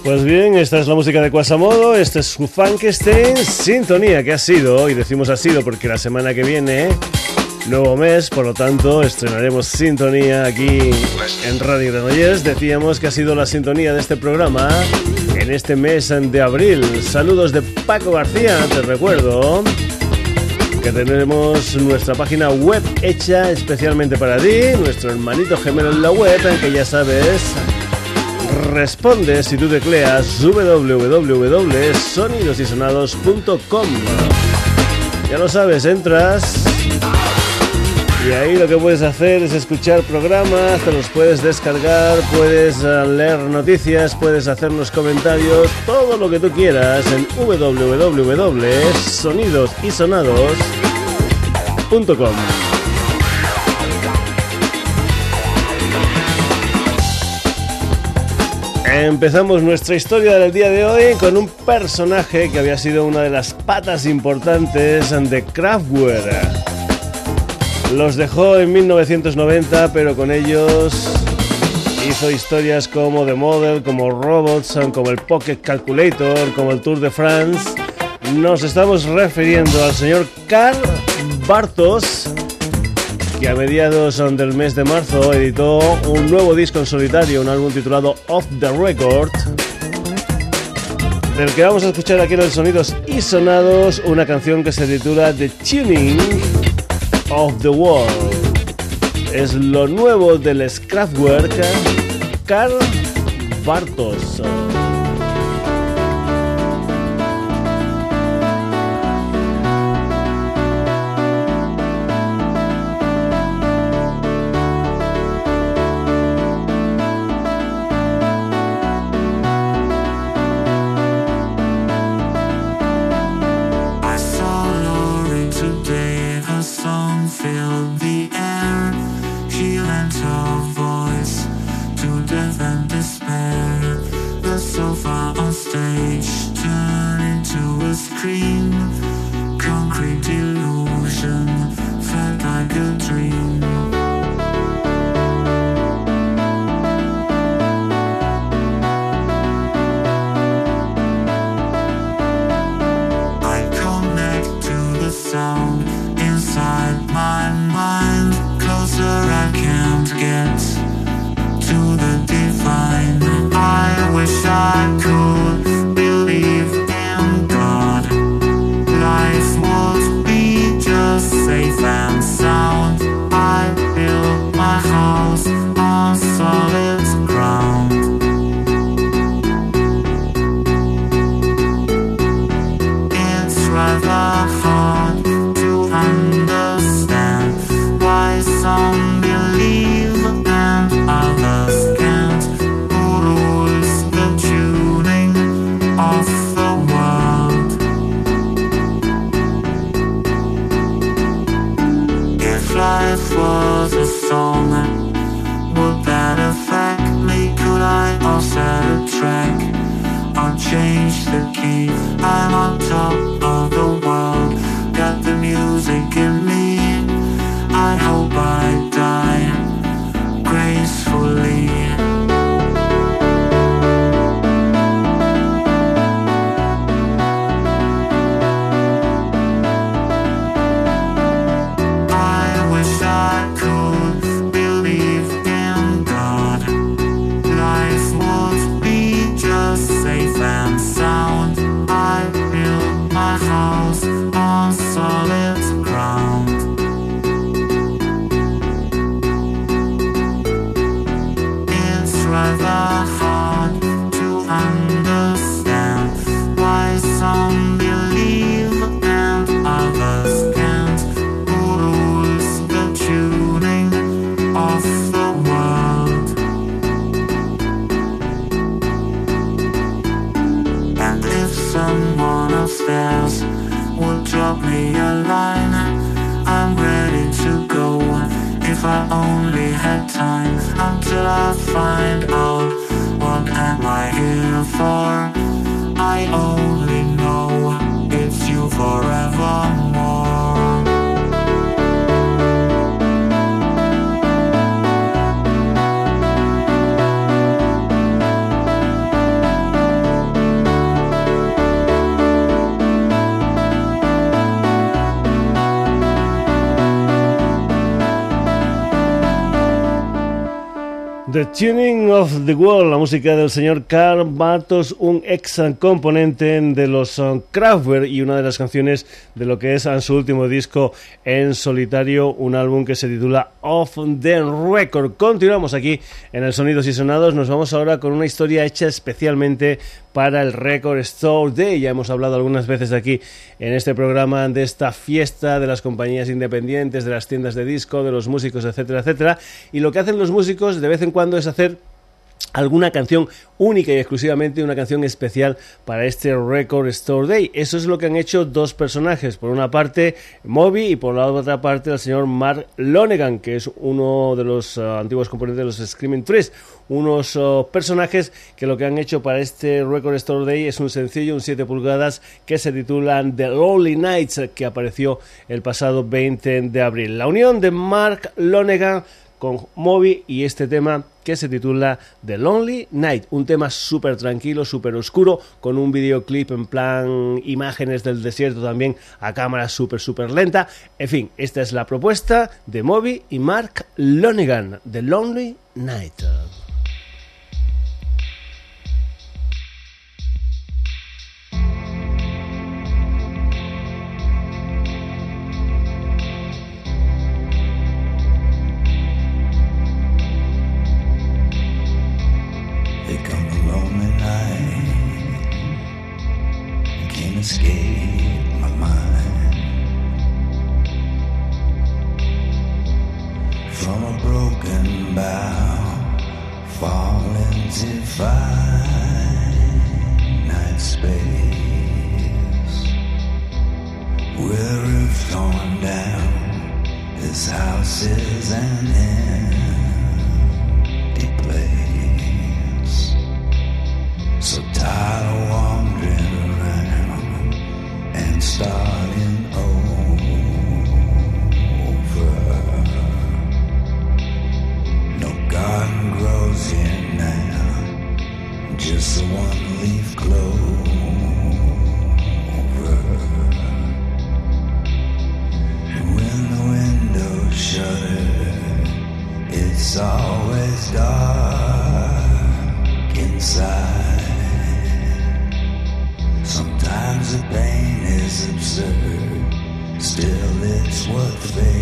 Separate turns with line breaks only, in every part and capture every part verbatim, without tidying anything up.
Pues bien, esta es la música de Quasimodo, este es su Frankenstein, sintonía que ha sido, y decimos ha sido porque la semana que viene, nuevo mes, por lo tanto estrenaremos sintonía aquí en Radio Granollers. Decíamos que ha sido la sintonía de este programa en este mes de abril. Saludos de Paco García, te recuerdo que tenemos nuestra página web hecha especialmente para ti, nuestro hermanito gemelo en la web, que ya sabes, responde si tú tecleas doble u doble u doble u doble punto sonidos y sonados punto com. Ya lo sabes, entras y ahí lo que puedes hacer es escuchar programas, te los puedes descargar, puedes leer noticias, puedes hacernos comentarios, todo lo que tú quieras en doble u doble u doble u doble u punto sonidos y sonados punto com. Empezamos nuestra historia del día de hoy con un personaje que había sido una de las patas importantes de Kraftwerk. Los dejó en mil novecientos noventa, pero con ellos hizo historias como The Model, como Robots, como el Pocket Calculator, como el Tour de France. Nos estamos refiriendo al señor Karl Bartos, que a mediados del mes de marzo editó un nuevo disco en solitario, un álbum titulado Off the Record, del que vamos a escuchar aquí en los Sonidos y Sonados una canción que se titula The Tuning of the World. Es lo nuevo del Kraftwerk, Karl Bartos. The Tuning of the World, la música del señor Karl Bartos, un ex componente de los Kraftwerk y una de las canciones de lo que es su último disco en solitario, un álbum que se titula Off the Record. Continuamos aquí en el Sonidos y Sonados, nos vamos ahora con una historia hecha especialmente para el Record Store Day. Ya hemos hablado algunas veces aquí en este programa de esta fiesta de las compañías independientes, de las tiendas de disco, de los músicos, etcétera, etcétera. Y lo que hacen los músicos de vez en cuando es hacer alguna canción única y exclusivamente una canción especial para este Record Store Day. Eso es lo que han hecho dos personajes. Por una parte, Moby, y por la otra parte, el señor Mark Lonergan, que es uno de los uh, antiguos componentes de los Screaming Trees. Unos uh, personajes que lo que han hecho para este Record Store Day es un sencillo, un siete pulgadas, que se titula The Lonely Nights, que apareció el pasado veinte de abril. La unión de Mark Lonergan con Moby y este tema que se titula The Lonely Night, un tema súper tranquilo, súper oscuro, con un videoclip en plan imágenes del desierto también a cámara súper súper lenta. En fin, esta es la propuesta de Moby y Mark Lonergan, The Lonely Night.
Escape my mind from a broken bow, fall into finite space with a roof torn down. This house is an empty place, so tired of wandering around and starting over. No garden grows here now, just a one-leaf clover. And when the window's shuttered, it's always dark inside. Sometimes the pain is absurd, still it's what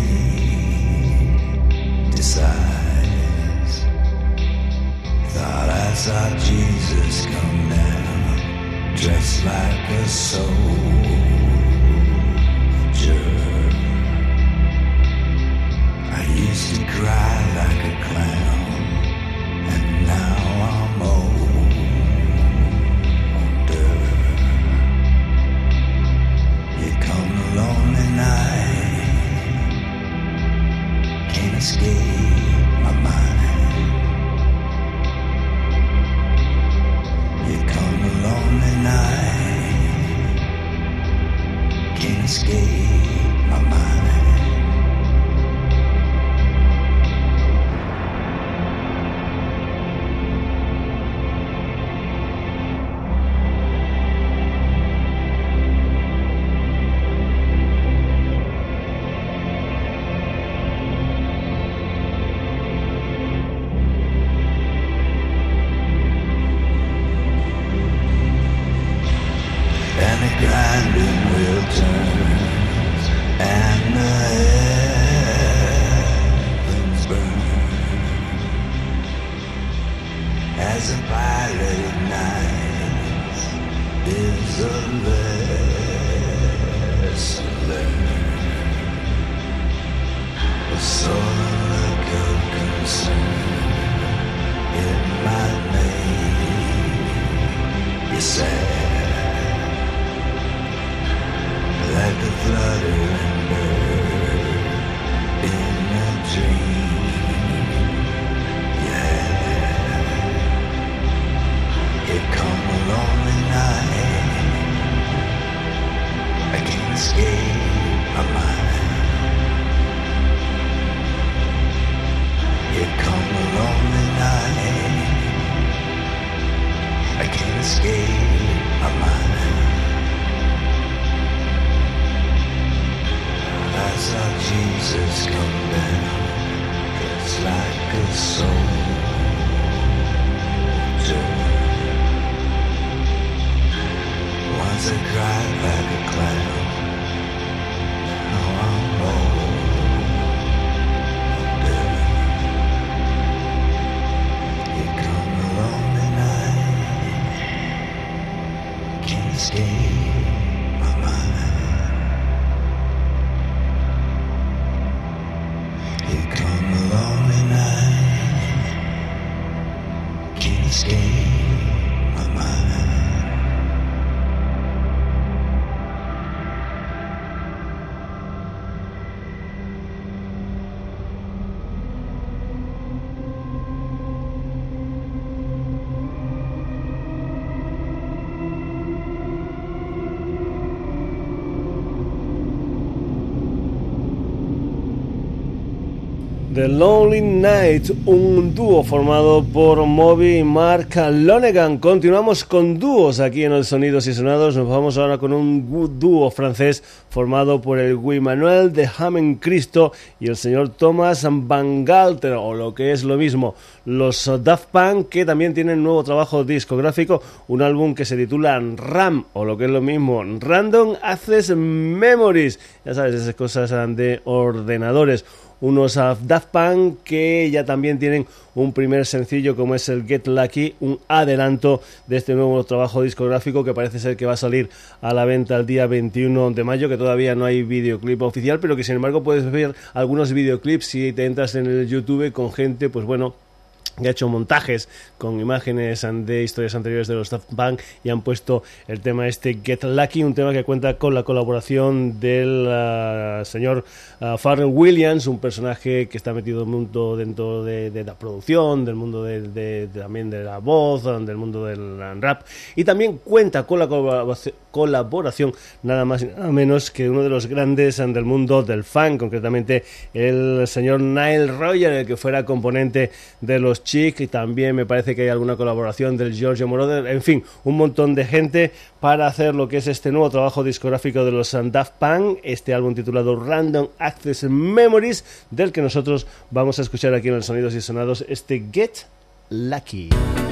fate decides. Thought I saw Jesus come down, dressed like a soldier. I used to cry like a clown, and now I'm old. Lonely night, can't escape my mind. You come a lonely night, can't escape my mind. Escape. can't escape my mind.
The Lonely Night, un dúo formado por Moby y Mark Lonegan. Continuamos con dúos aquí en el Sonidos y Sonados. Nos vamos ahora con un dúo francés formado por el Guy Manuel de Hamen Cristo y el señor Thomas Van Galter, o lo que es lo mismo, los Daft Punk, que también tienen nuevo trabajo discográfico, un álbum que se titula RAM, o lo que es lo mismo, Random Access Memories. Ya sabes, esas cosas de ordenadores. Unos Daft Punk que ya también tienen un primer sencillo como es el Get Lucky, un adelanto de este nuevo trabajo discográfico que parece ser que va a salir a la venta el día veintiuno de mayo, que todavía no hay videoclip oficial, pero que sin embargo puedes ver algunos videoclips si te entras en el YouTube con gente, pues bueno, que ha hecho montajes con imágenes de historias anteriores de los Daft Punk y han puesto el tema este Get Lucky, un tema que cuenta con la colaboración del uh, señor uh, Pharrell Williams, un personaje que está metido mundo dentro de, de la producción, del mundo de, de, de, también de la voz, del mundo del rap, y también cuenta con la colaboración, colaboración nada más y nada menos que uno de los grandes del mundo del funk, concretamente el señor Nile Rodgers, el que fuera componente de los Chic, y también me parece que hay alguna colaboración del Giorgio Moroder, en fin, un montón de gente para hacer lo que es este nuevo trabajo discográfico de los Daft Punk, este álbum titulado Random Access Memories, del que nosotros vamos a escuchar aquí en el Sonidos y Sonados este Get Lucky.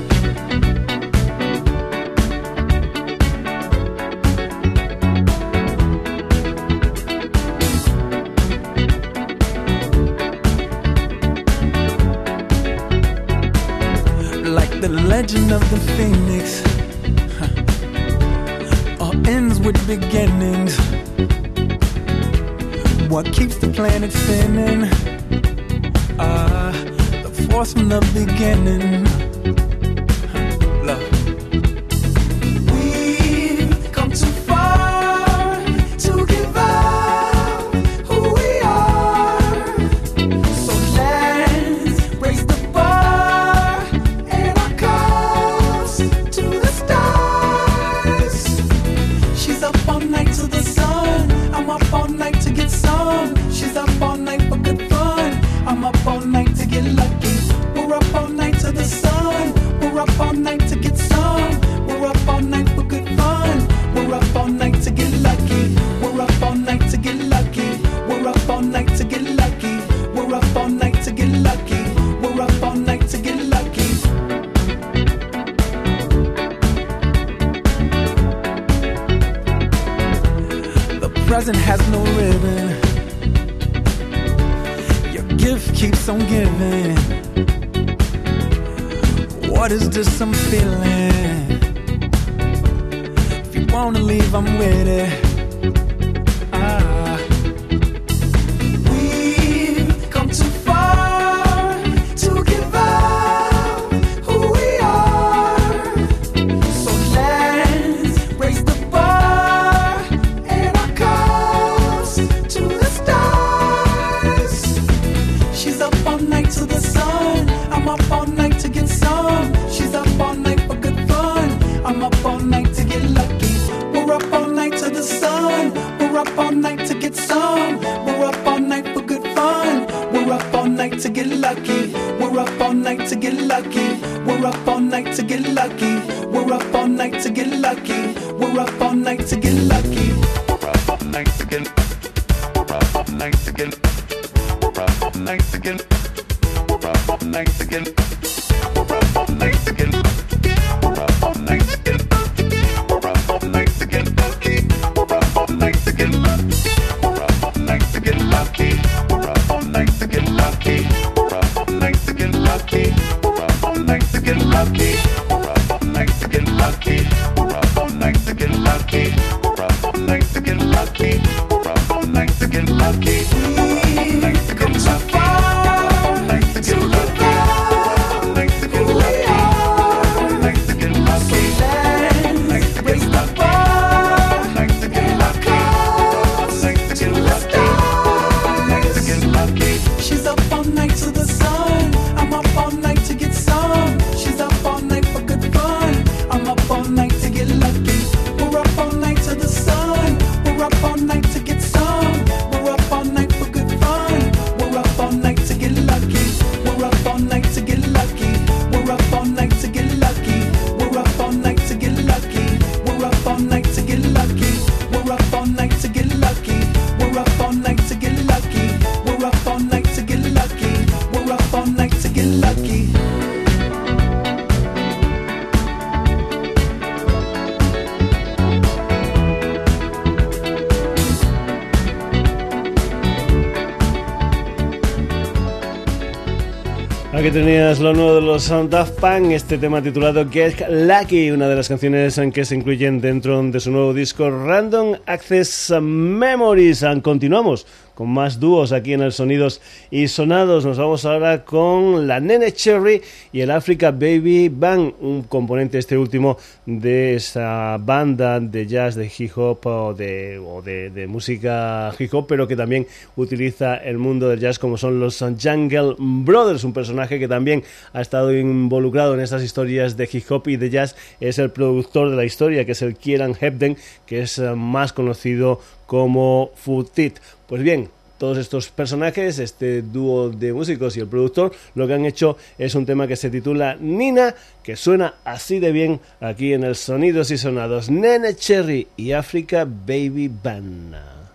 The legend of the phoenix, huh, all ends with beginnings. What keeps the planet spinning? Ah, uh, the force from the beginning. Huh, love. We've come too far to give up who we are. So let's raise the bar and our cups to the stars. She's up all night to the sun. I'm up all night to get some. She's up all night for good fun. I'm up all night to get lucky. We're up all night to the sun. We're up all night to get some. We're up all night for good fun. We're up all night to get lucky. We're up all night to get lucky. We're up all night to get lucky. We're up all night to get lucky. We're up all night to get lucky. The present has no ribbon. Your gift keeps on giving. What is this I'm feeling? If you wanna leave, I'm with it. Ah. We've come too far to give up who we are. So let's raise the bar and our cups to the stars. She's up all night to the sun. I'm up all night to get some. She's up all night for good fun. I'm up all night to get lucky. We're up all night to the sun. We're up all night to get some. We're up all night for good fun. We're up all night to get lucky. We're up all night to get lucky. We're up all night to get lucky. We're up all night to get lucky. We're up all night to get lucky. We're up all night to get. We're up all night to get. We're up all night to get. We're up all night to get. We're up all night to get. We're up all night to get. We're up all night to get lucky. We're up all night to get lucky. We're up all night to get lucky. We're up all night to get lucky. We're up all night to get lucky. We're up all night to get lucky. We're up all night to get lucky. We're up all night to get lucky. We're up all night to get lucky. We're up all night to get lucky. We've come too far to give up who we are.
Aquí tenías lo nuevo de los Daft Punk, este tema titulado Get Lucky, una de las canciones en que se incluyen dentro de su nuevo disco Random Access Memories. Continuamos con más dúos aquí en el Sonidos y Sonados. Nos vamos ahora con la Nene Cherry y el Africa Baby Band, un componente este último de esa banda de jazz, de hip hop o de, o de, de música hip hop, pero que también utiliza el mundo del jazz, como son los Jungle Brothers. Un personaje que también ha estado involucrado en estas historias de hip hop y de jazz es el productor de la historia, que es el Kieran Hebden, que es más conocido como Footit. Pues bien, todos estos personajes, este dúo de músicos y el productor, lo que han hecho es un tema que se titula Nina, que suena así de bien aquí en el Sonidos y Sonados. Nene Cherry y Africa Baby Band.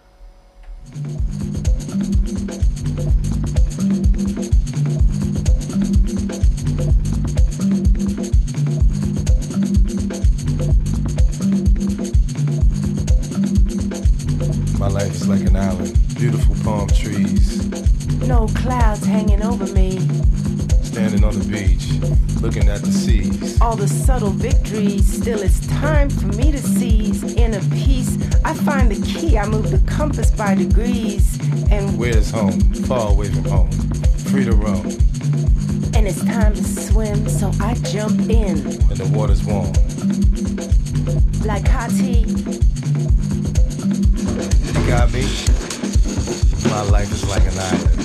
My life is like an island, beautiful palm trees.
No clouds hanging over me.
Standing on the beach, looking at the seas.
All the subtle victories, still it's time for me to seize. Inner peace, I find the key, I move the compass by degrees. And
Where's home? Far away from home, free to roam.
And it's time to swim, so I jump in.
And the water's warm.
Like hot tea.
You got me? My life is like an island.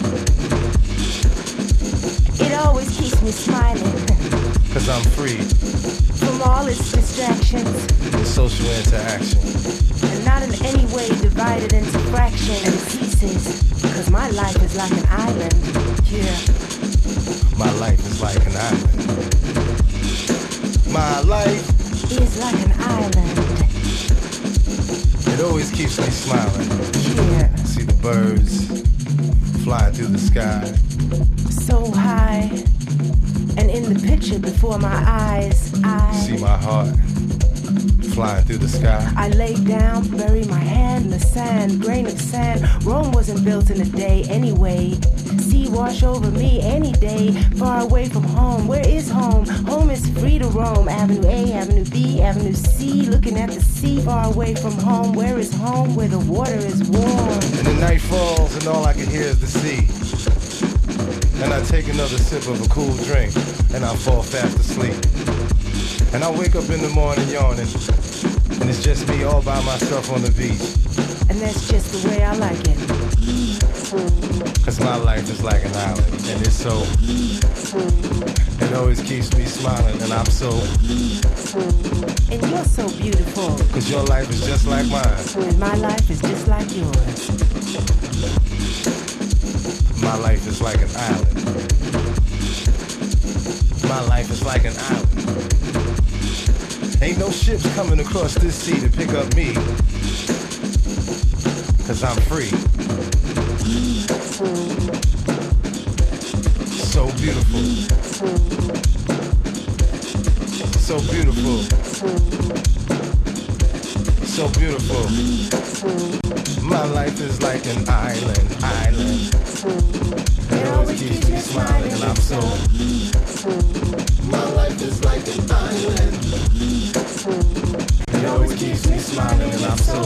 It always keeps me smiling.
Cause I'm free.
From all its distractions.
And social interaction.
And not in any way divided into fractions and pieces. Cause my life is like an island. Yeah.
My life is like an island. My life
is like an island.
It always keeps me smiling.
Yeah.
See the birds flying through the sky.
So high. And in the picture before my eyes, I
see my heart flying through the sky.
I lay down, bury my hand in the sand, grain of sand. Rome wasn't built in a day anyway. Sea wash over me any day, far away from home. Where is home? Home is free to roam. Avenue A, Avenue B, Avenue C, looking at the sea, far away from home. Where is home? Where the water is warm.
And the night falls and all I can hear is the sea. And I take another sip of a cool drink and I fall fast asleep. And I wake up in the morning yawning, and it's just me all by myself on the beach.
And that's just the way I like it.
Cause my life is like an island, and it's so, it always keeps me smiling, and I'm so,
and you're so beautiful.
Cause your life is just like mine.
And my life is just like yours.
My life is like an island. My life is like an island. Ain't no ships coming across this sea to pick up me. Cause I'm free. So beautiful. So beautiful. So beautiful. My life is like an island, island. It always keeps me smiling and I'm so. My life is like an island. It always keeps me smiling and I'm so.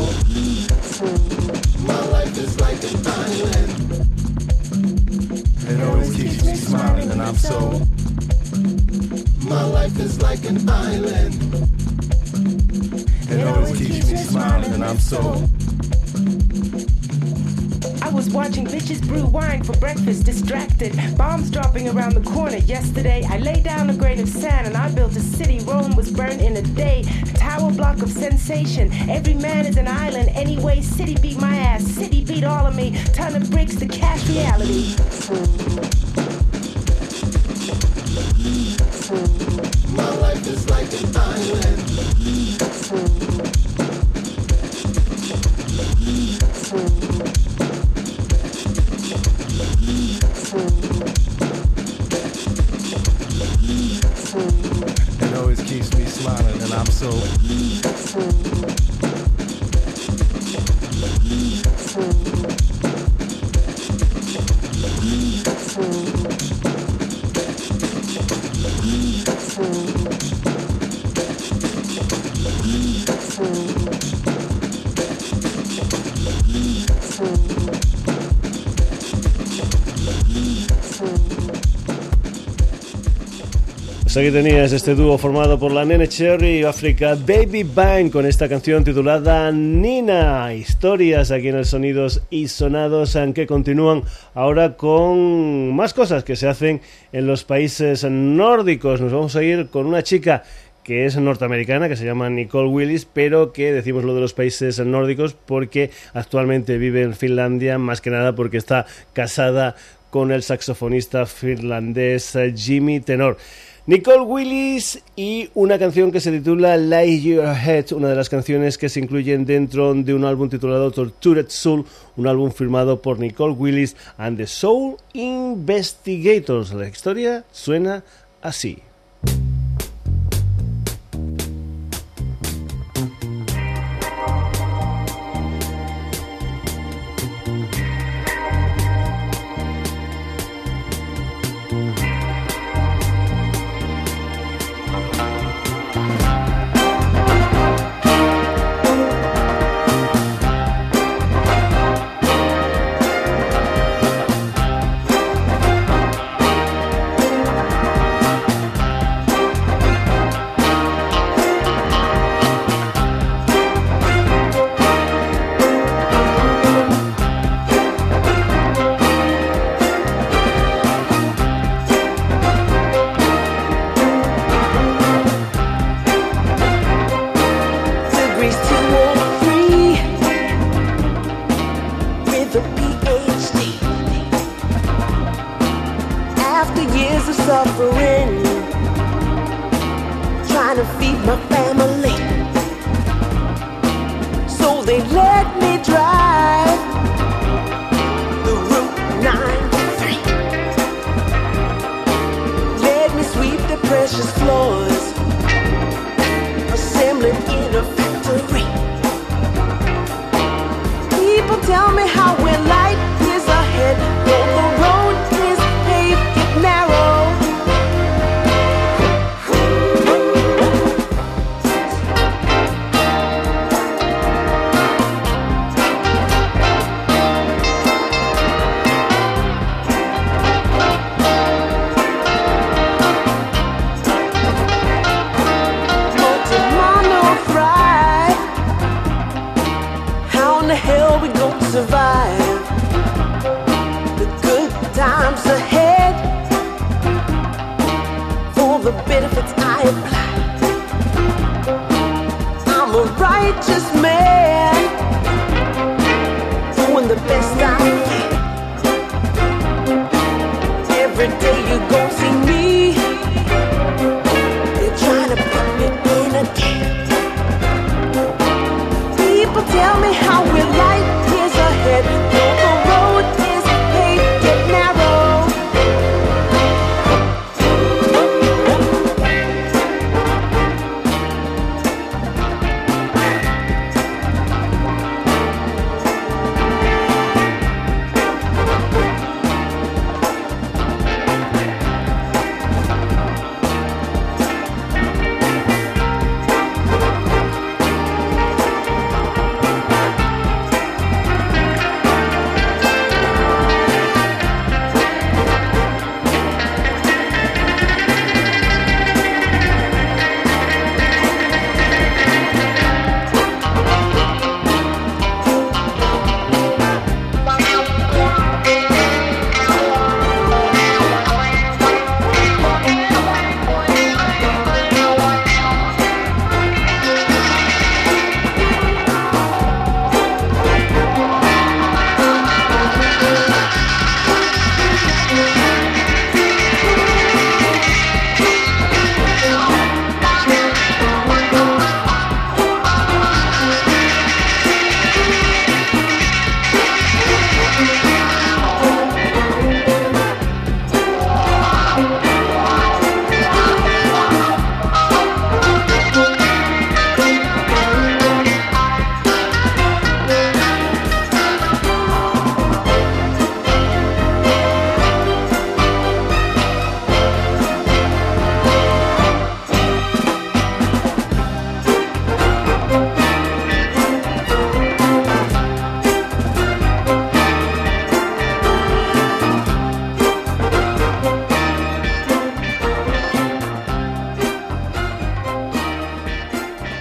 My life is like an island. It always keeps me smiling and I'm so. My life is like an island. It always keeps me smiling and I'm so.
I was watching bitches brew wine for breakfast, distracted. Bombs dropping around the corner. Yesterday, I laid down a grain of sand and I built a city. Rome was burned in a day. Tower block of sensation. Every man is an island. Anyway, city beat my ass. City beat all of me. Ton of bricks to cash reality.
My life is like an island. It always keeps me smiling and I'm so.
Pues aquí tenías este dúo formado por la Nene Cherry y Africa Baby Bang con esta canción titulada Nina. Historias aquí en el Sonidos y Sonados, que continúan ahora con más cosas que se hacen en los países nórdicos. Nos vamos a ir con una chica que es norteamericana, que se llama Nicole Willis, pero que decimos lo de los países nórdicos porque actualmente vive en Finlandia, más que nada porque está casada con el saxofonista finlandés Jimmy Tenor. Nicole Willis y una canción que se titula Lay Your Head, una de las canciones que se incluyen dentro de un álbum titulado Tortured Soul, un álbum firmado por Nicole Willis and the Soul Investigators. La historia suena así.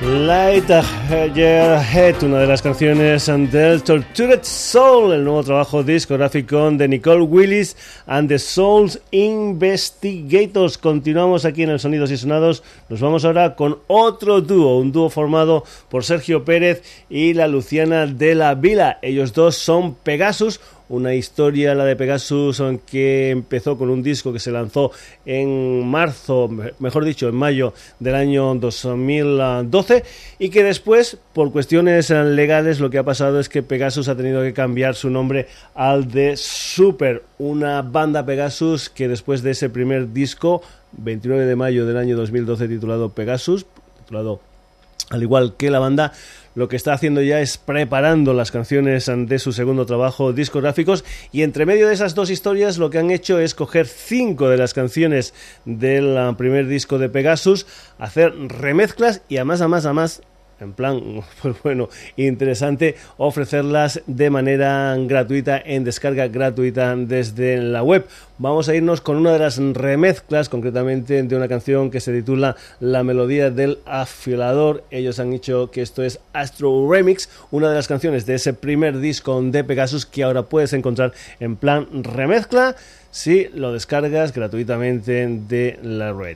Light a Your Head, una de las canciones del Tortured Soul, el nuevo trabajo discográfico de Nicole Willis and the Souls Investigators. Continuamos aquí en el Sonidos y Sonados. Nos vamos ahora con otro dúo, un dúo formado por Sergio Pérez y la Luciana de la Vila. Ellos dos son Pegasus. Una historia, la de Pegasus, que empezó con un disco que se lanzó en marzo, mejor dicho, en mayo del año dos mil doce, y que después, por cuestiones legales, lo que ha pasado es que Pegasus ha tenido que cambiar su nombre al de Super, una banda Pegasus que después de ese primer disco, veintinueve de mayo del año dos mil doce, titulado Pegasus, titulado al igual que la banda, lo que está haciendo ya es preparando las canciones de su segundo trabajo discográficos, y entre medio de esas dos historias lo que han hecho es coger cinco de las canciones del primer disco de Pegasus, hacer remezclas y a más, a más, a más, en plan, pues bueno, interesante, ofrecerlas de manera gratuita, en descarga gratuita desde la web. Vamos a irnos con una de las remezclas, concretamente de una canción que se titula La melodía del afilador. Ellos han dicho que esto es Astro Remix, una de las canciones de ese primer disco de Pegasus que ahora puedes encontrar en plan remezcla si lo descargas gratuitamente de la red.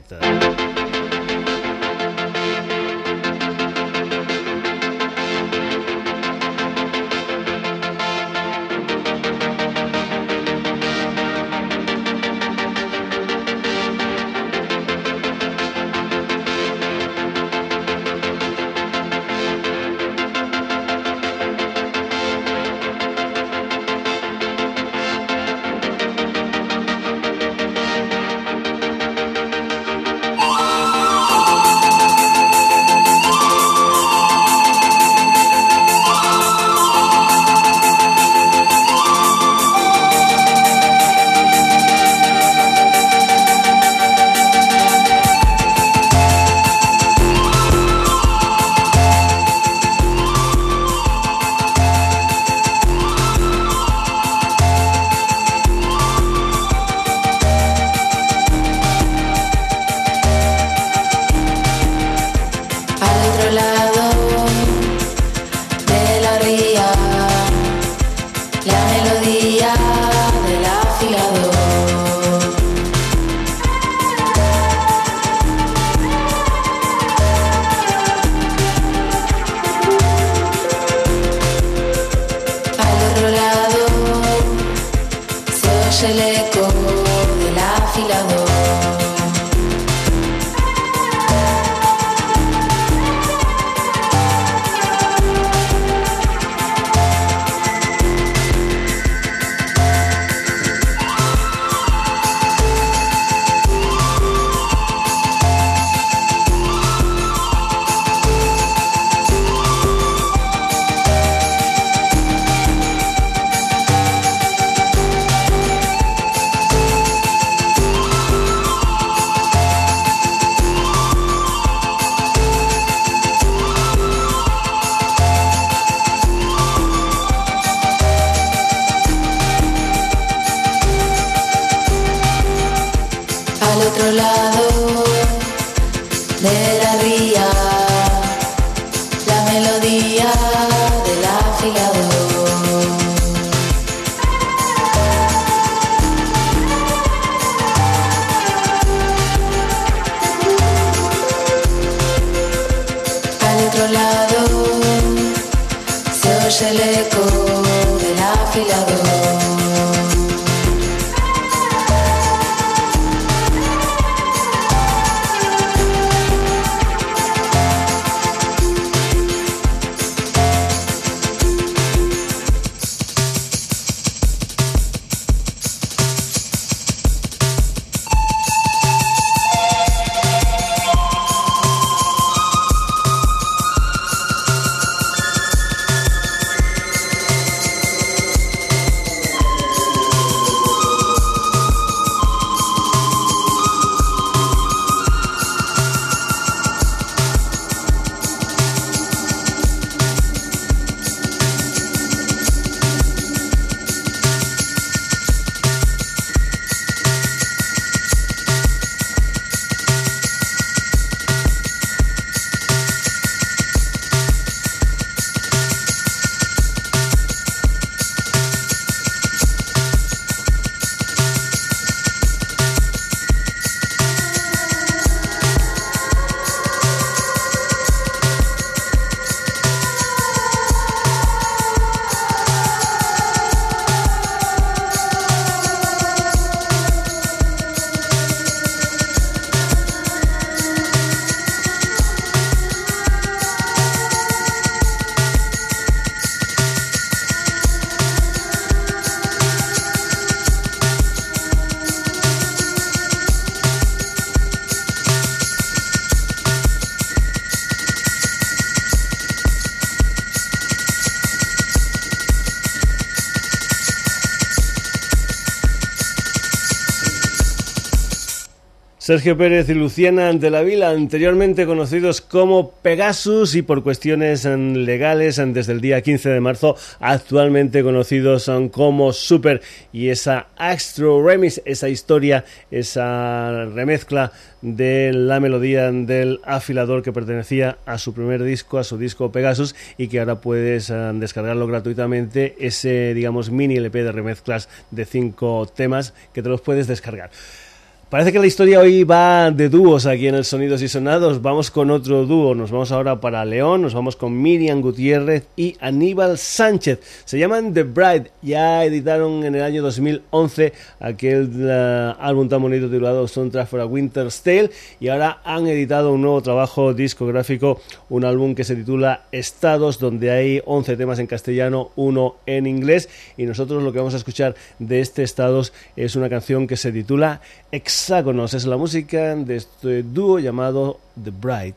Sergio Pérez y Luciana de la Vila, anteriormente conocidos como Pegasus y por cuestiones legales desde el día quince de marzo, actualmente conocidos como Super, y esa Astro Remix, esa historia, esa remezcla de la melodía del afilador que pertenecía a su primer disco, a su disco Pegasus, y que ahora puedes uh, descargarlo gratuitamente, ese digamos mini L P de remezclas de cinco temas que te los puedes descargar. Parece que la historia hoy va de dúos aquí en el Sonidos y Sonados. Vamos con otro dúo, nos vamos ahora para León, nos vamos con Miriam Gutiérrez y Aníbal Sánchez. Se llaman The Bride, ya editaron en el año dos mil once aquel uh, álbum tan bonito titulado Soundtrack for a Winter's Tale, y ahora han editado un nuevo trabajo discográfico, un álbum que se titula Estados, donde hay once temas en castellano, uno en inglés, y nosotros lo que vamos a escuchar de este Estados es una canción que se titula Hexágonos, es la música de este dúo llamado The Bride.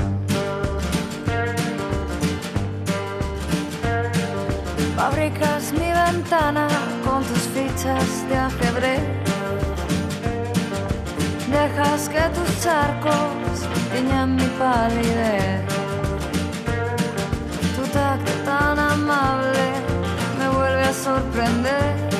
Fabricas mi ventana con tus fichas de ajedrez. Dejas que tus charcos tiñan mi palidez. Tu tacto tan amable me vuelve a sorprender.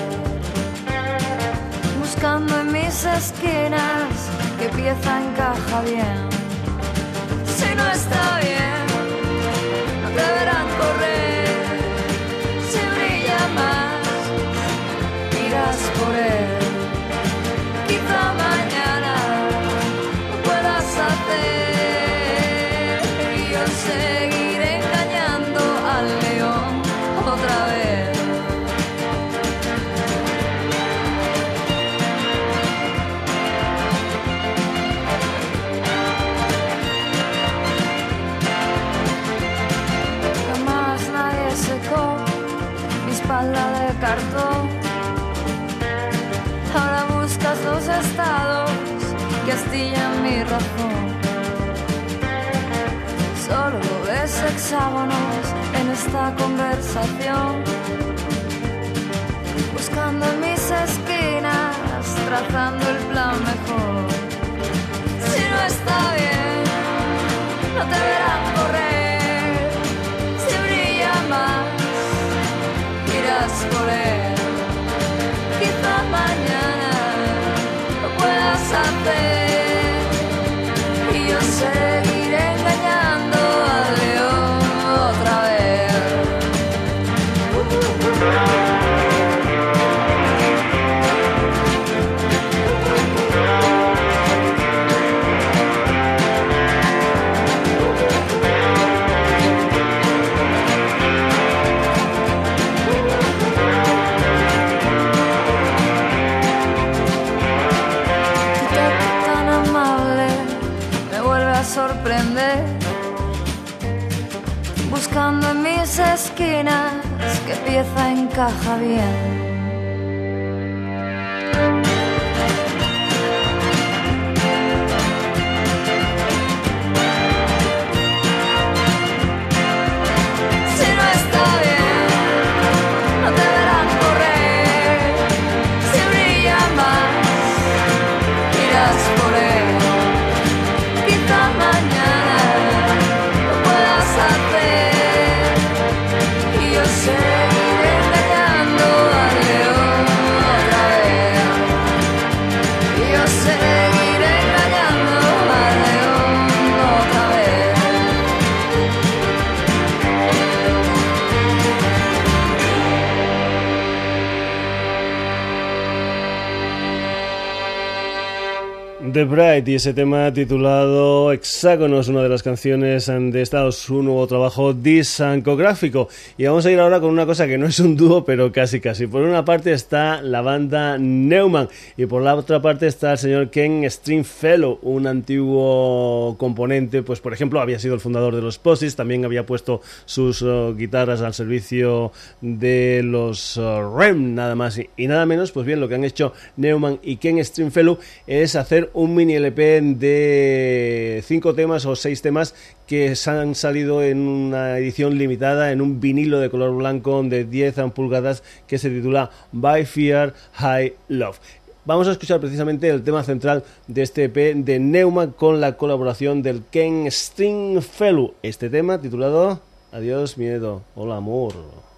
Buscando en mis esquinas qué pieza encaja bien. Si no está bien, no te verán correr. Si brilla más, irás por él. Quizá mañana lo puedas hacer y yo seguiré engañando al león otra vez. Espalda de cartón. Ahora buscas los estados que astillan mi razón. Solo ves hexágonos en esta conversación. Buscando en mis esquinas, trazando el plan mejor. Si no está bien, no te verán correr. Si brilla más, por él. Quizá mañana lo puedas hacer y yo seguiré engañando al león otra vez. Sorprender, buscando en mis esquinas qué pieza encaja bien. Seguiré engañando al león otra vez. Yo seguiré engañando al león otra vez.
The Bride y ese tema titulado Hexágonos, una de las canciones de Estados, su nuevo trabajo discográfico. Y vamos a ir ahora con una cosa que no es un dúo, pero casi casi. Por una parte está la banda Neumann y por la otra parte está el señor Ken Stringfellow, un antiguo componente, pues por ejemplo había sido el fundador de los Posis, también había puesto sus uh, guitarras al servicio de los uh, R E M, nada más y, y nada menos. Pues bien, lo que han hecho Neumann y Ken Stringfellow es hacer un mini L P de cinco temas o seis temas que han salido en una edición limitada, en un vinilo de color blanco de diez pulgadas que se titula By Fear High Love. vamos a escuchar precisamente el tema central de este E P de Neumann con la colaboración del Ken Stringfellow. Este tema titulado Adiós miedo, hola amor.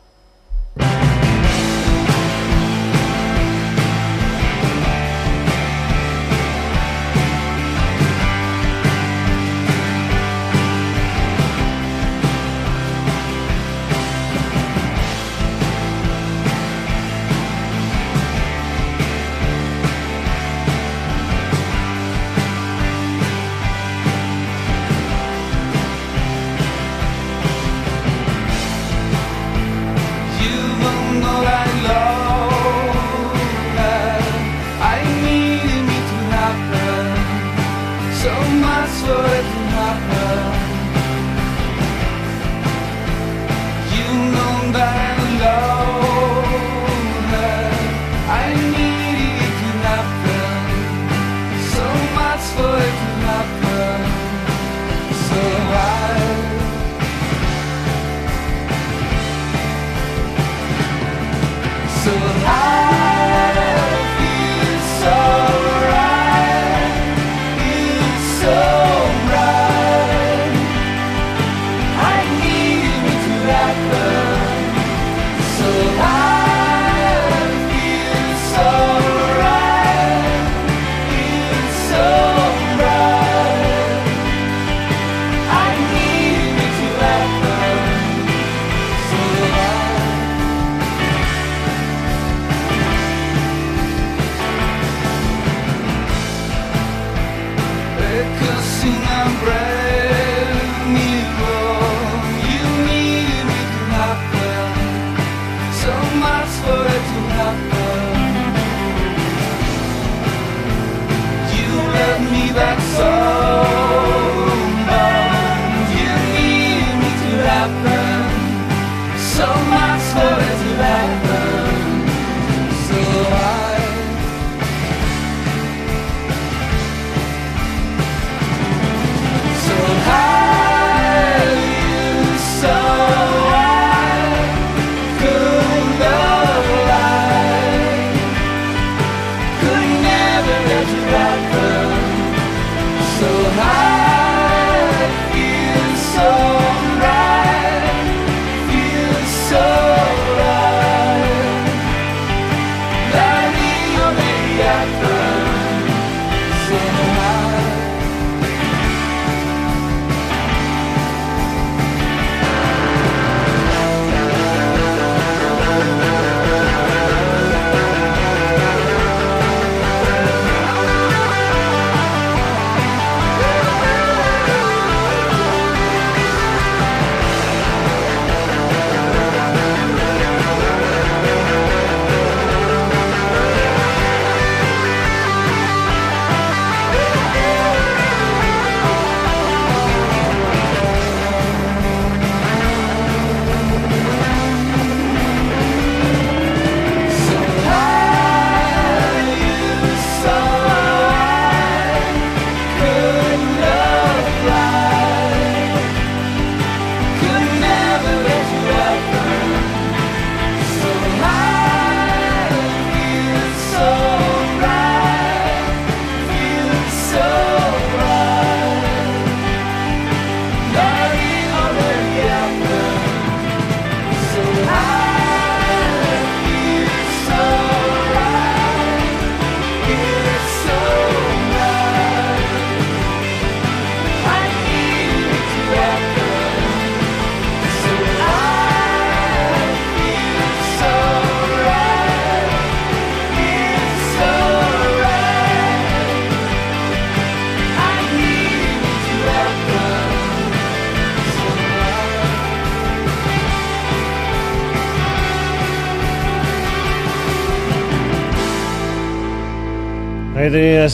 Ahí tenías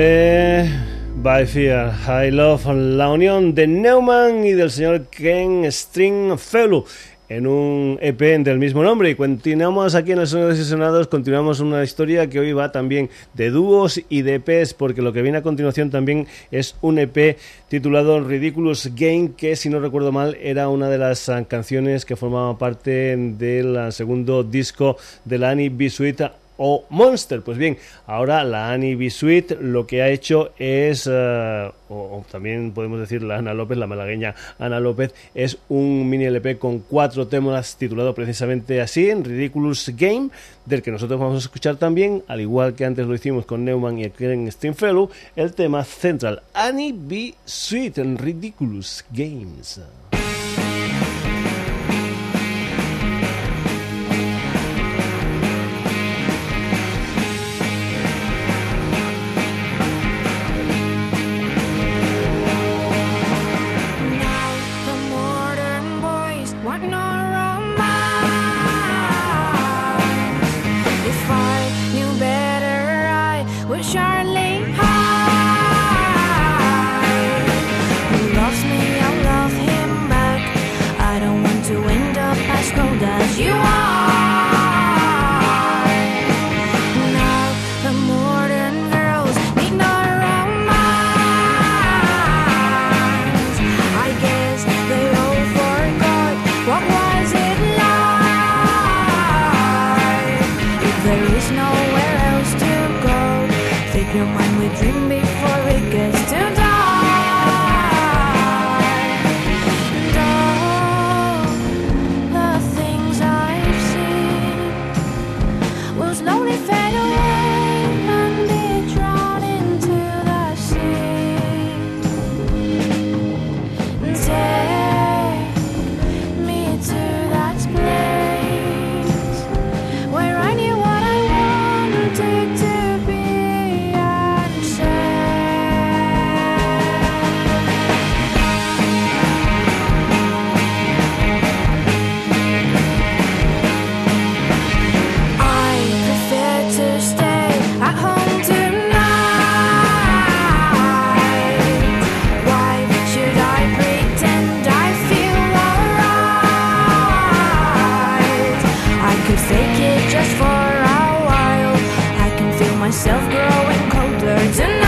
ese By Fear, I Love, la unión de Neumann y del señor Ken Stringfellow en un E P del mismo nombre. Y continuamos aquí en el Sonidos y Sonados, continuamos una historia que hoy va también de dúos y de E Pes, porque lo que viene a continuación también es un E P titulado Ridiculous Game, que si no recuerdo mal era una de las canciones que formaba parte del segundo disco de la Annie B. Sweet o Monster. Pues bien, ahora la Annie B. Sweet lo que ha hecho es, uh, o, o también podemos decir la Ana López, la malagueña Ana López, es un mini L P con cuatro temas titulado precisamente así, en Ridiculous Game, del que nosotros vamos a escuchar también, al igual que antes lo hicimos con Neumann y Ken Stringfellow, el tema central, Annie B. Sweet en Ridiculous Games.
You are now the modern girls need no romance. I guess they all forgot what was it like. If there is nowhere else to go, take your mind with dream before it gets too dark. Slowly fade away and be drawn into the sea. Take me to that place where I knew what I wanted to be and to stay at home tonight. Why should I pretend I feel alright? I could fake it just for a while. I can feel myself growing colder tonight.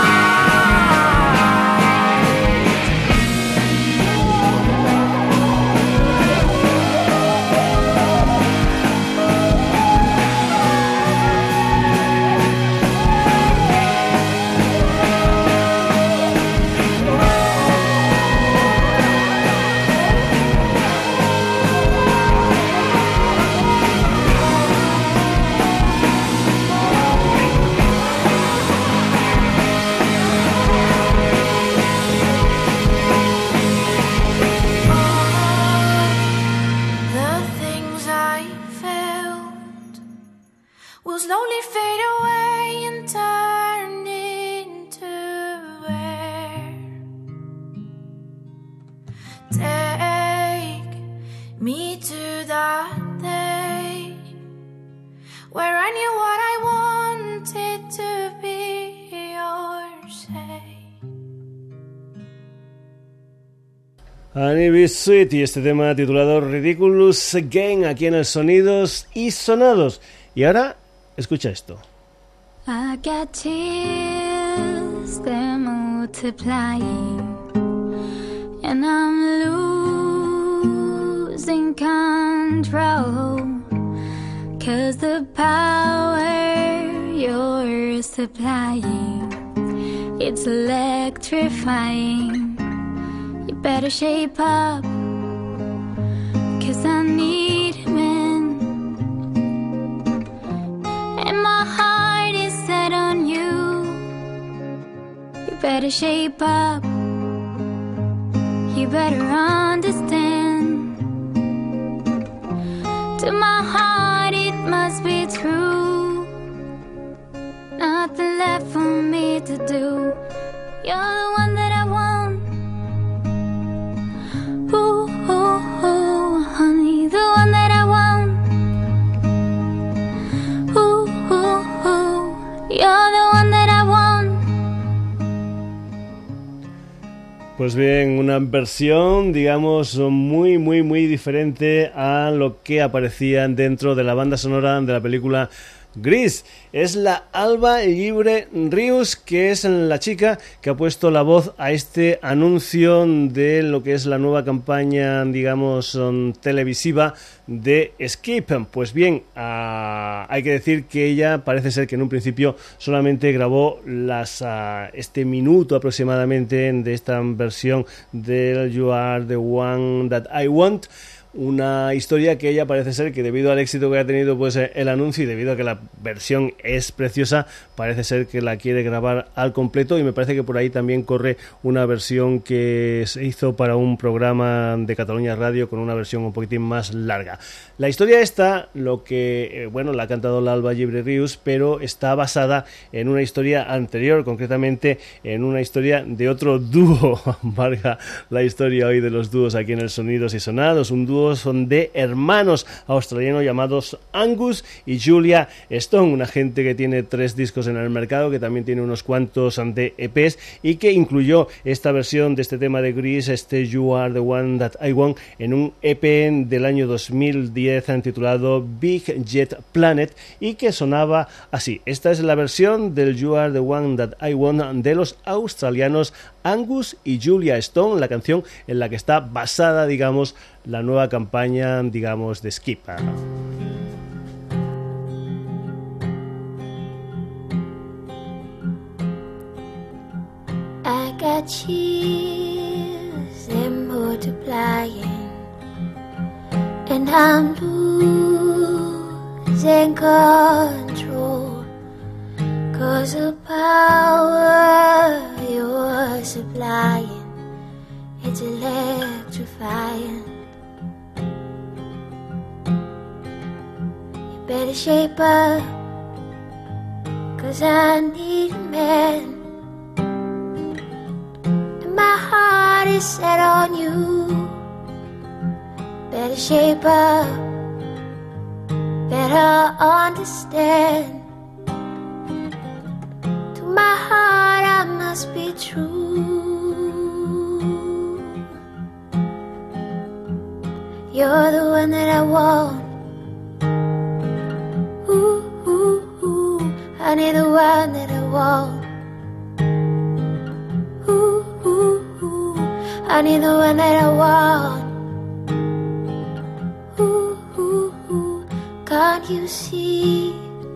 Will slowly fade away and turn into air. Take me to that day where I knew what I wanted to be or say.
Annie B. Sweet y este tema titulado Ridiculous Again aquí en el Sonidos y Sonados. Y ahora escucha esto.
I got tears, they're multiplying, and I'm losing control, 'cause the power you're supplying, it's electrifying. You better shape up, 'cause I need men. And my heart is set on you. You better shape up. You better understand. To my heart it must be true. Nothing left for me to do. You're the one that I want. Ooh, ooh, ooh, honey, the one that I want. Ooh, ooh, ooh, you're the one that I want.
Pues bien, una versión, digamos, muy, muy, muy diferente a lo que aparecía dentro de la banda sonora de la película Gris. Es la Alba Libre Rius, que es la chica que ha puesto la voz a este anuncio de lo que es la nueva campaña, digamos, um, televisiva de Skip. Pues bien, uh, hay que decir que ella parece ser que en un principio solamente grabó las uh, este minuto aproximadamente de esta versión del You Are the One That I Want. Una historia que ella parece ser que, debido al éxito que ha tenido pues el anuncio y debido a que la versión es preciosa, parece ser que la quiere grabar al completo, y me parece que por ahí también corre una versión que se hizo para un programa de Cataluña Radio con una versión un poquitín más larga. La historia esta, lo que, eh, bueno, la ha cantado la Alba Llibre Rius, pero está basada en una historia anterior, concretamente en una historia de otro dúo, valga la historia hoy de los dúos aquí en el Sonidos y Sonados, un dúo son de hermanos australianos llamados Angus y Julia Stone, una gente que tiene tres discos en el mercado, que también tiene unos cuantos de E Pes y que incluyó esta versión de este tema de Gris, este You Are the One That I Want, en un E P del año dos mil diez titulado Big Jet Planet, y que sonaba así. Esta es la versión del You Are the One That I Want de los australianos Angus y Julia Stone, la canción en la que está basada, digamos, la nueva campaña, digamos, de Skip.
I got chills, they're multiplying, and I'm losing control, 'cause the power you're supplying, it's electrifying. You better shape up, 'cause I need a man, and my heart is set on you. Better shape up, better understand. To my heart I must be true. You're the one that I want. Ooh, ooh, ooh. I need the one that I want. Ooh, ooh, ooh. I need the one that I want. Ooh, ooh, ooh. Can't you see?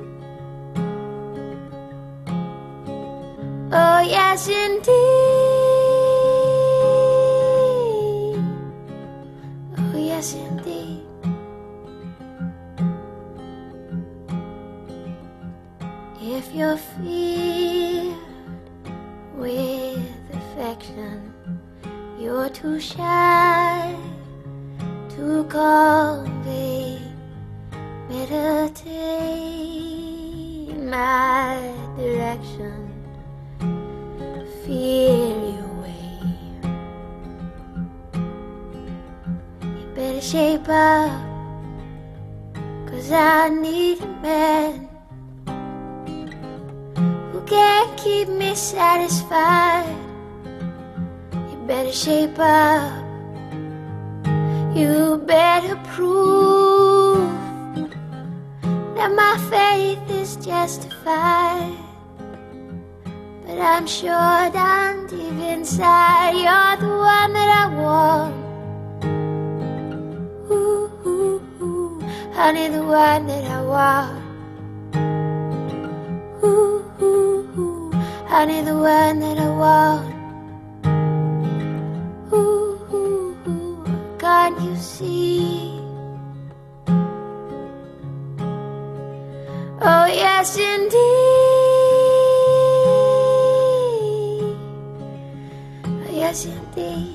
Oh yes indeed. Oh yes indeed. If you're filled with affection, you're too shy to convey. Meditate my direction. Feel your way. You better shape up, 'cause I need a man who can keep me satisfied. You better shape up. You better prove that my faith is justified. But I'm sure down deep inside you're the one that I want. Ooh, ooh, ooh. Honey, the one that I want. Ooh, ooh, ooh. Honey, the one that I want. Ooh, ooh, ooh. Can't you see? Oh yes indeed. Yes, indeed.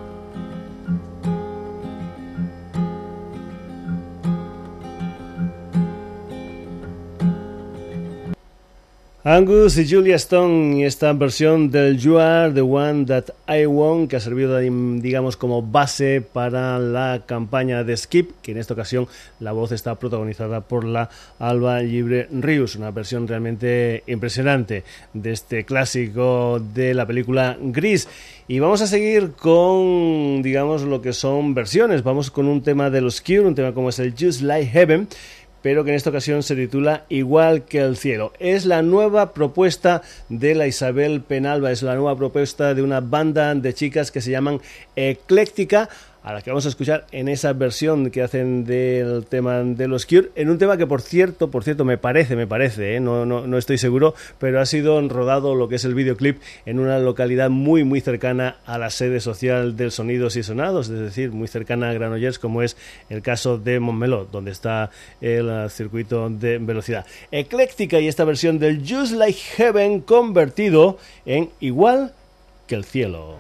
Angus y Julia Stone y esta versión del You Are the One That I Want, que ha servido, digamos, como base para la campaña de Skip, que en esta ocasión la voz está protagonizada por la Alba Llibre Rius, una versión realmente impresionante de este clásico de la película Gris. Y vamos a seguir con, digamos, lo que son versiones. Vamos con un tema de los Cure, un tema como es el Just Like Heaven, pero que en esta ocasión se titula Igual que el cielo. Es la nueva propuesta de la Isabel Penalba, es la nueva propuesta de una banda de chicas que se llaman Ecléctica, a la que vamos a escuchar en esa versión que hacen del tema de los Cure, en un tema que por cierto, por cierto me parece, me parece, ¿eh? no, no, no estoy seguro, pero ha sido rodado lo que es el videoclip en una localidad muy muy cercana a la sede social del Sonidos y Sonados, es decir, muy cercana a Granollers, como es el caso de Montmeló, donde está el circuito de velocidad. Ecléctica y esta versión del Just Like Heaven convertido en Igual que el cielo.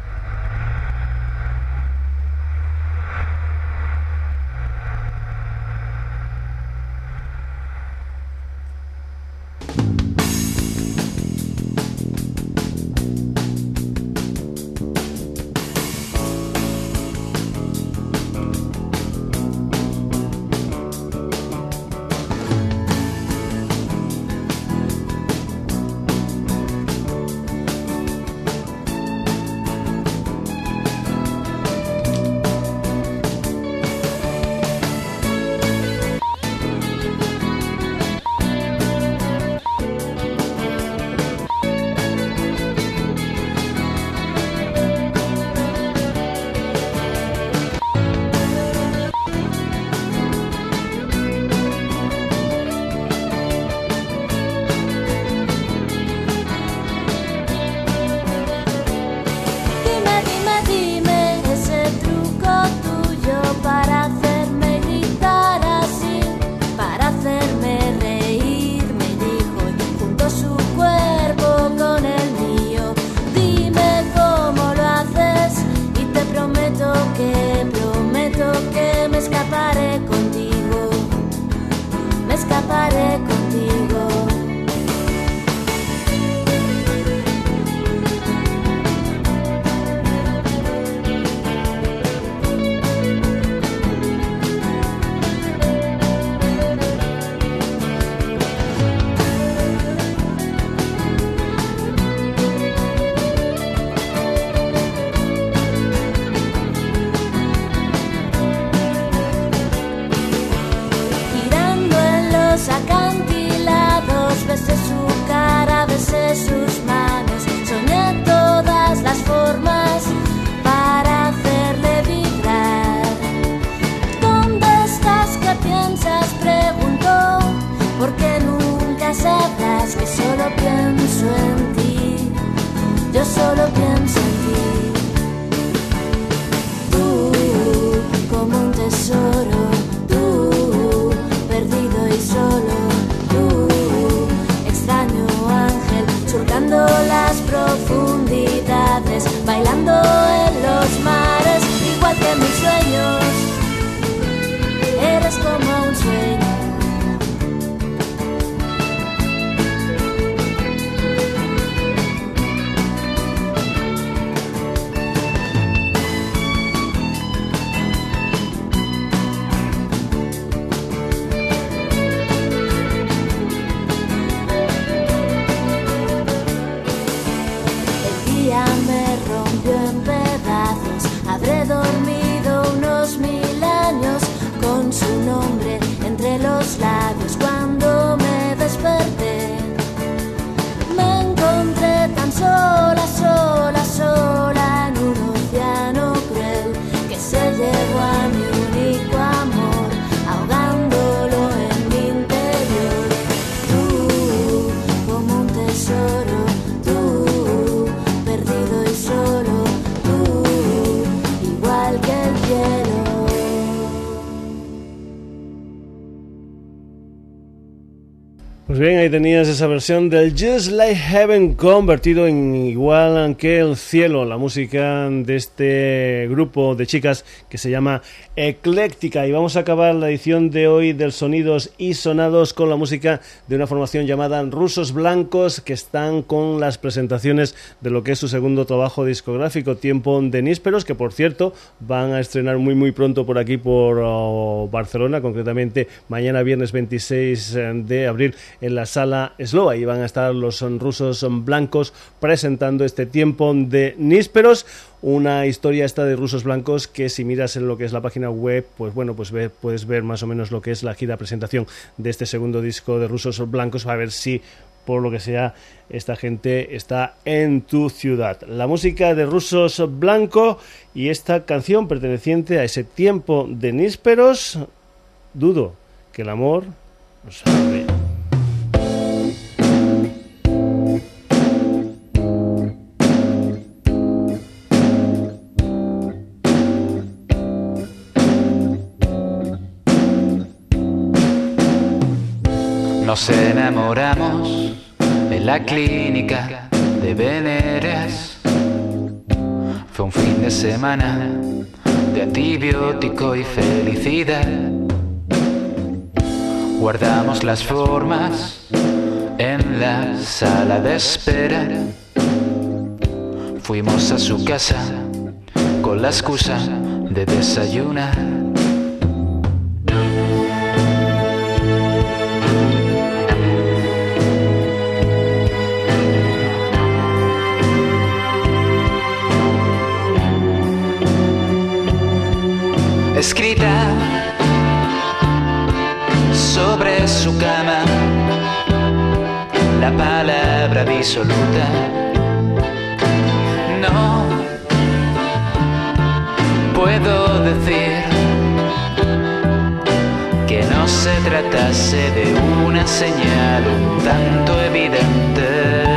Pues bien, ahí tenías esa versión del Just Like Heaven convertido en Igual que el cielo, la música de este grupo de chicas que se llama Ecléctica. Y vamos a acabar la edición de hoy del Sonidos y Sonados con la música de una formación llamada Rusos Blancos, que están con las presentaciones de lo que es su segundo trabajo discográfico, Tiempo de Nísperos, que por cierto van a estrenar muy muy pronto por aquí por oh, Barcelona, concretamente mañana viernes veintiséis de abril en la sala Slow. Ahí van a estar los rusos blancos presentando este tiempo de nísperos. Una historia esta de rusos blancos que si miras en lo que es la página web, pues bueno, pues ve, puedes ver más o menos lo que es la gira presentación de este segundo disco de rusos blancos, a ver si por lo que sea esta gente está en tu ciudad. La música de Rusos Blanco y esta canción perteneciente a ese tiempo de nísperos. Dudo que el amor nos salve.
Nos enamoramos en la clínica de Veneres. Fue un fin de semana de antibiótico y felicidad. Guardamos las formas en la sala de espera. Fuimos a su casa con la excusa de desayunar. Escrita sobre su cama la palabra disoluta. No puedo decir que no se tratase de una señal un tanto evidente.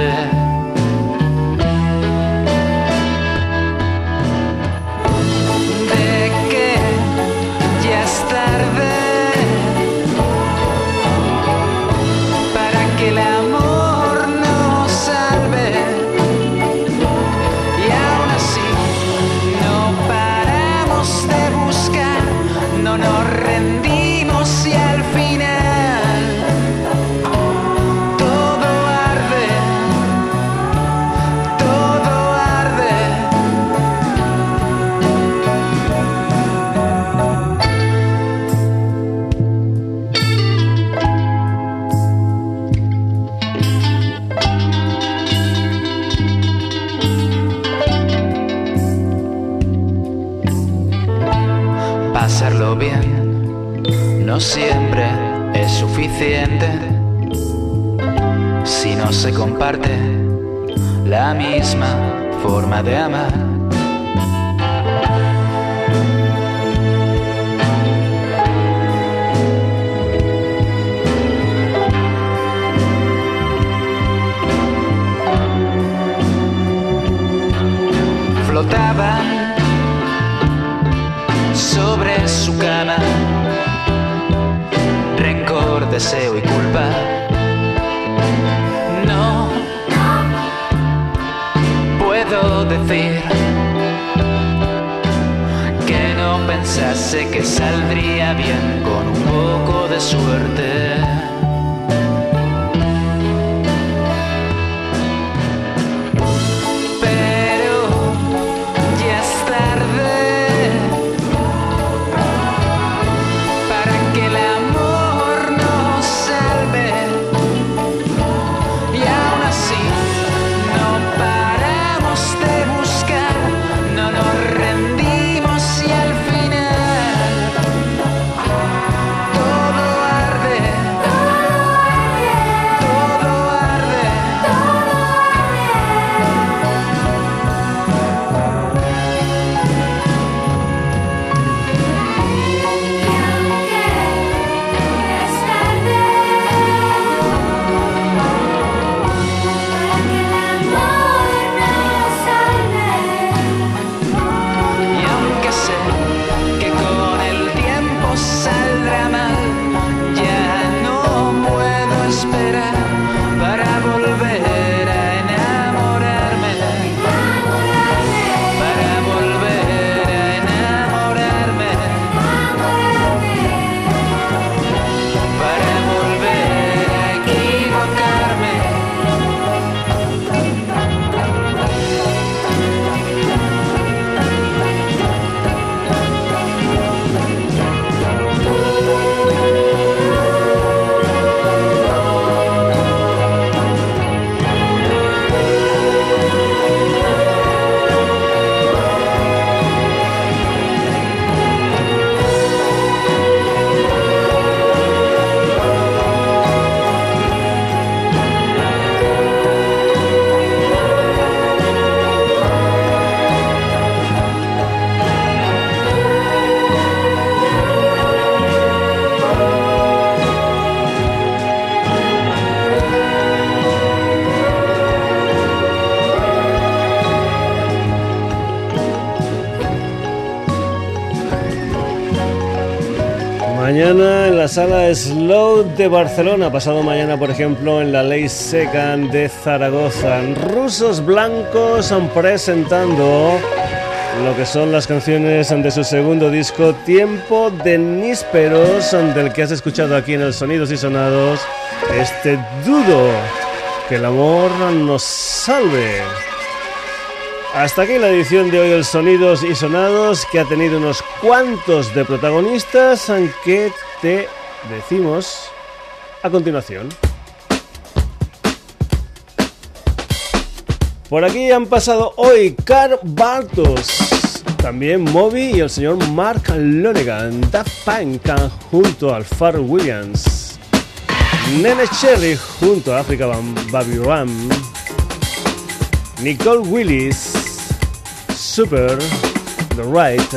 Pasarlo bien no siempre es suficiente si no se comparte la misma forma de amar. Flotaba sobre su cama, rencor, deseo y culpa. No puedo decir que no pensase que saldría bien con un poco de suerte.
Todo arde.
mañana en la sala Slow de Barcelona, pasado mañana, por ejemplo, en la Ley Seca de Zaragoza. Rusos Blancos presentando lo que son las canciones de su segundo disco, Tiempo de Nísperos, del que has escuchado aquí en el Sonidos y Sonados, este Dudo que el amor nos salve. Hasta aquí la edición de hoy del Sonidos y Sonados, que ha tenido unos cuantos de protagonistas que te decimos a continuación. Por aquí han pasado hoy Karl Bartos, también Moby y el señor Mark Lonegan, Daft Punk junto al Pharrell Williams, Nene Cherry junto a Africa Baby Ram, Nicole Willis, Super, The Right,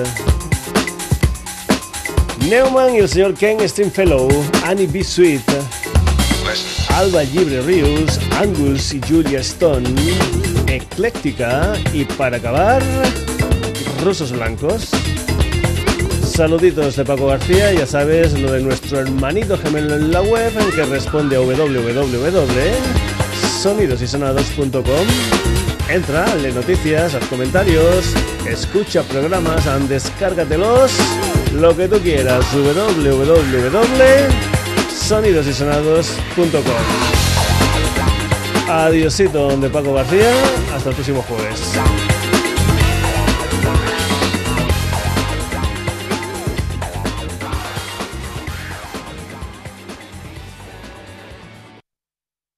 Neumann y el señor Ken Stringfellow, Annie B. Sweet, Alba Libre Rios, Angus y Julia Stone, Ecléctica y para acabar, Rusos Blancos. Saluditos de Paco García, ya sabes lo de nuestro hermanito gemelo en la web, en que responde a doble u doble u doble u punto sonidos y sonados punto com. Entra, lee noticias, haz comentarios, escucha programas, descárgatelos, lo que tú quieras, doble u doble u doble u punto sonidos y sonados punto com. Adiosito de Paco García, hasta el próximo jueves.